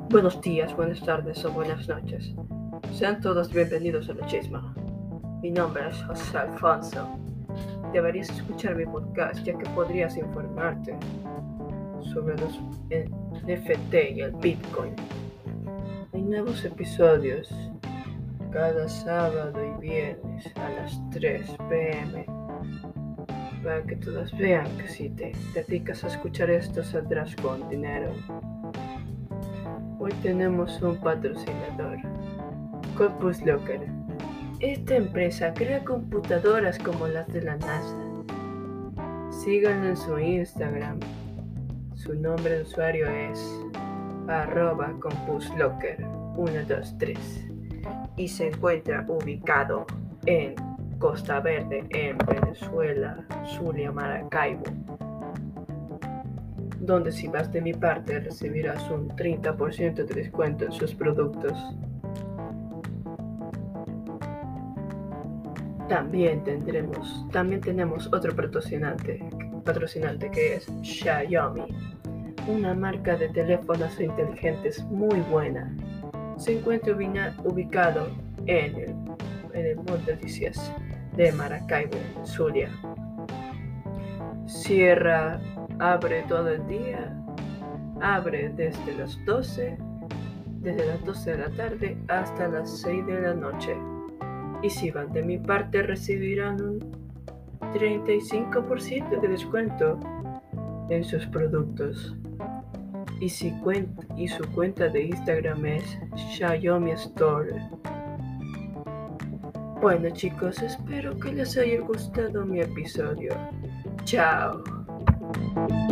Buenos días, buenas tardes o buenas noches. Sean todos bienvenidos a La Chisma. Mi nombre es José Alfonso. Deberías escuchar mi podcast ya que podrías informarte sobre los NFT y el Bitcoin. Hay nuevos episodios cada sábado y viernes a las 3 p.m. para que todos vean que si te dedicas a escuchar esto saldrás con dinero. Hoy tenemos un patrocinador, Corpus Locker. Esta empresa crea computadoras como las de la NASA. Síganlo en su Instagram. Su nombre de usuario es @compuslocker123 y se encuentra ubicado en Costa Verde, en Venezuela, Zulia, Maracaibo, donde si vas de mi parte recibirás un 30% de descuento en sus productos. También tenemos otro patrocinante que es Xiaomi, una marca de teléfonos inteligentes muy buena. Se encuentra ubicado en el Mall Delicias de Maracaibo, Zulia. Abre todo el día, abre desde las 12 de la tarde hasta las 6 de la noche. Y si van de mi parte recibirán un 35% de descuento en sus productos. Y su cuenta de Instagram es Xiaomi Store. Bueno chicos, espero que les haya gustado mi episodio. Chao.